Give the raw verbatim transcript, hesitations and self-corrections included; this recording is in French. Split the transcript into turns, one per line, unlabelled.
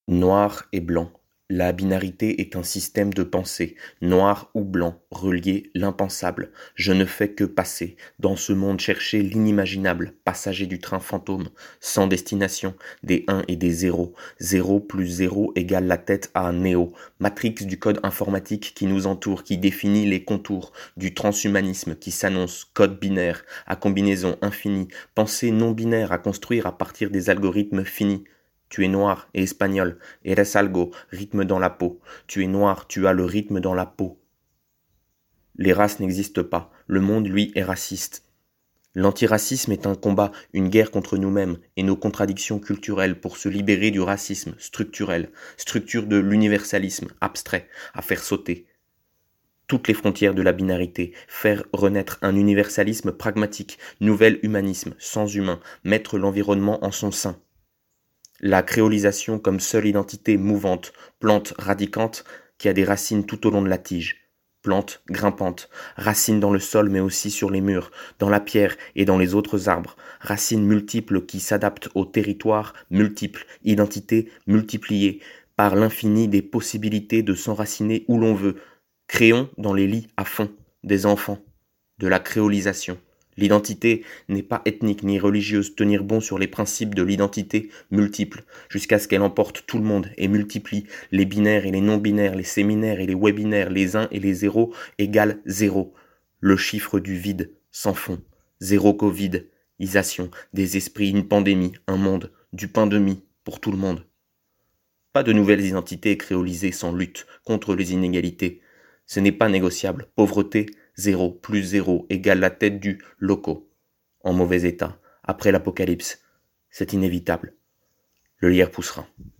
Noir et blanc. La binarité est un système de pensée, noir ou blanc, relié l'impensable. Je ne fais que passer, dans ce monde chercher l'inimaginable, passager du train fantôme, sans destination, des un et des zéros. Zéro plus zéro égale la tête à un néo. Matrix du code informatique qui nous entoure, qui définit les contours, du transhumanisme qui s'annonce, code binaire, à combinaison infinie, pensée non binaire à construire à partir des algorithmes finis. Tu es noir et espagnol, eres algo, rythme dans la peau. Tu es noir, tu as le rythme dans la peau. Les races n'existent pas, le monde, lui, est raciste. L'antiracisme est un combat, une guerre contre nous-mêmes et nos contradictions culturelles pour se libérer du racisme structurel, structure de l'universalisme abstrait, à faire sauter toutes les frontières de la binarité, faire renaître un universalisme pragmatique, nouvel humanisme, sans humain, mettre l'environnement en son sein. La créolisation comme seule identité mouvante, plante radicante qui a des racines tout au long de la tige. Plante grimpante, racines dans le sol mais aussi sur les murs, dans la pierre et dans les autres arbres. Racines multiples qui s'adaptent au territoire, multiples, identités multipliées par l'infini des possibilités de s'enraciner où l'on veut. Créons dans les lits à fond des enfants, de la créolisation. L'identité n'est pas ethnique ni religieuse, tenir bon sur les principes de l'identité multiple, jusqu'à ce qu'elle emporte tout le monde et multiplie les binaires et les non-binaires, les séminaires et les webinaires, les uns et les zéros égale zéro. Le chiffre du vide, sans fond. Zéro Covid, isation, des esprits, une pandémie, un monde, du pain de mie pour tout le monde. Pas de nouvelles identités créolisées sans lutte contre les inégalités. Ce n'est pas négociable. Pauvreté, zéro plus zéro égale la tête du loco. En mauvais état, après l'apocalypse. C'est inévitable. Le lierre poussera.